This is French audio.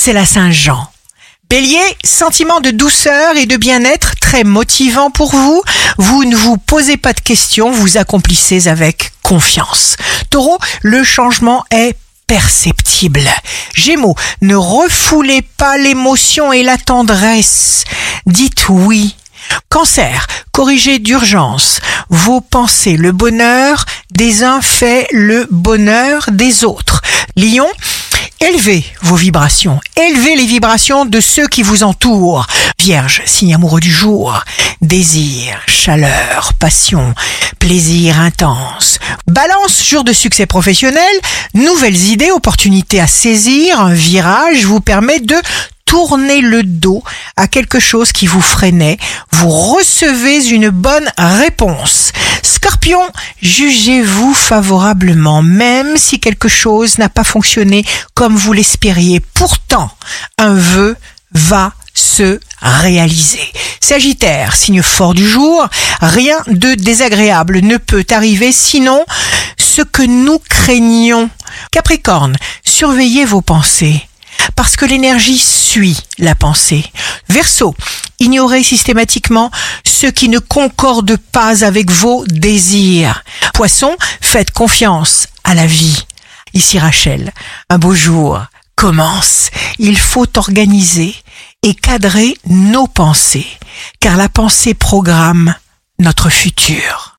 c'est la Saint-Jean. Bélier, sentiment de douceur et de bien-être très motivant pour vous. Vous ne vous posez pas de questions, vous accomplissez avec confiance. Taureau, le changement est perceptible. Gémeaux, ne refoulez pas l'émotion et la tendresse. Dites oui. Cancer, corrigez d'urgence vos pensées. Le bonheur des uns fait le bonheur des autres. Lion, élevez vos vibrations. Élevez les vibrations de ceux qui vous entourent. Vierge, signe amoureux du jour. Désir, chaleur, passion, plaisir intense. Balance, jour de succès professionnel. Nouvelles idées, opportunités à saisir. Un virage vous permet de tournez le dos à quelque chose qui vous freinait, vous recevez une bonne réponse. Scorpion, jugez-vous favorablement, même si quelque chose n'a pas fonctionné comme vous l'espériez. Pourtant, un vœu va se réaliser. Sagittaire, signe fort du jour, rien de désagréable ne peut arriver sinon ce que nous craignons. Capricorne, surveillez vos pensées, parce que l'énergie suit la pensée. Verseau, ignorez systématiquement ce qui ne concorde pas avec vos désirs. Poisson, faites confiance à la vie. Ici Rachel, un beau jour commence. Il faut organiser et cadrer nos pensées, car la pensée programme notre futur.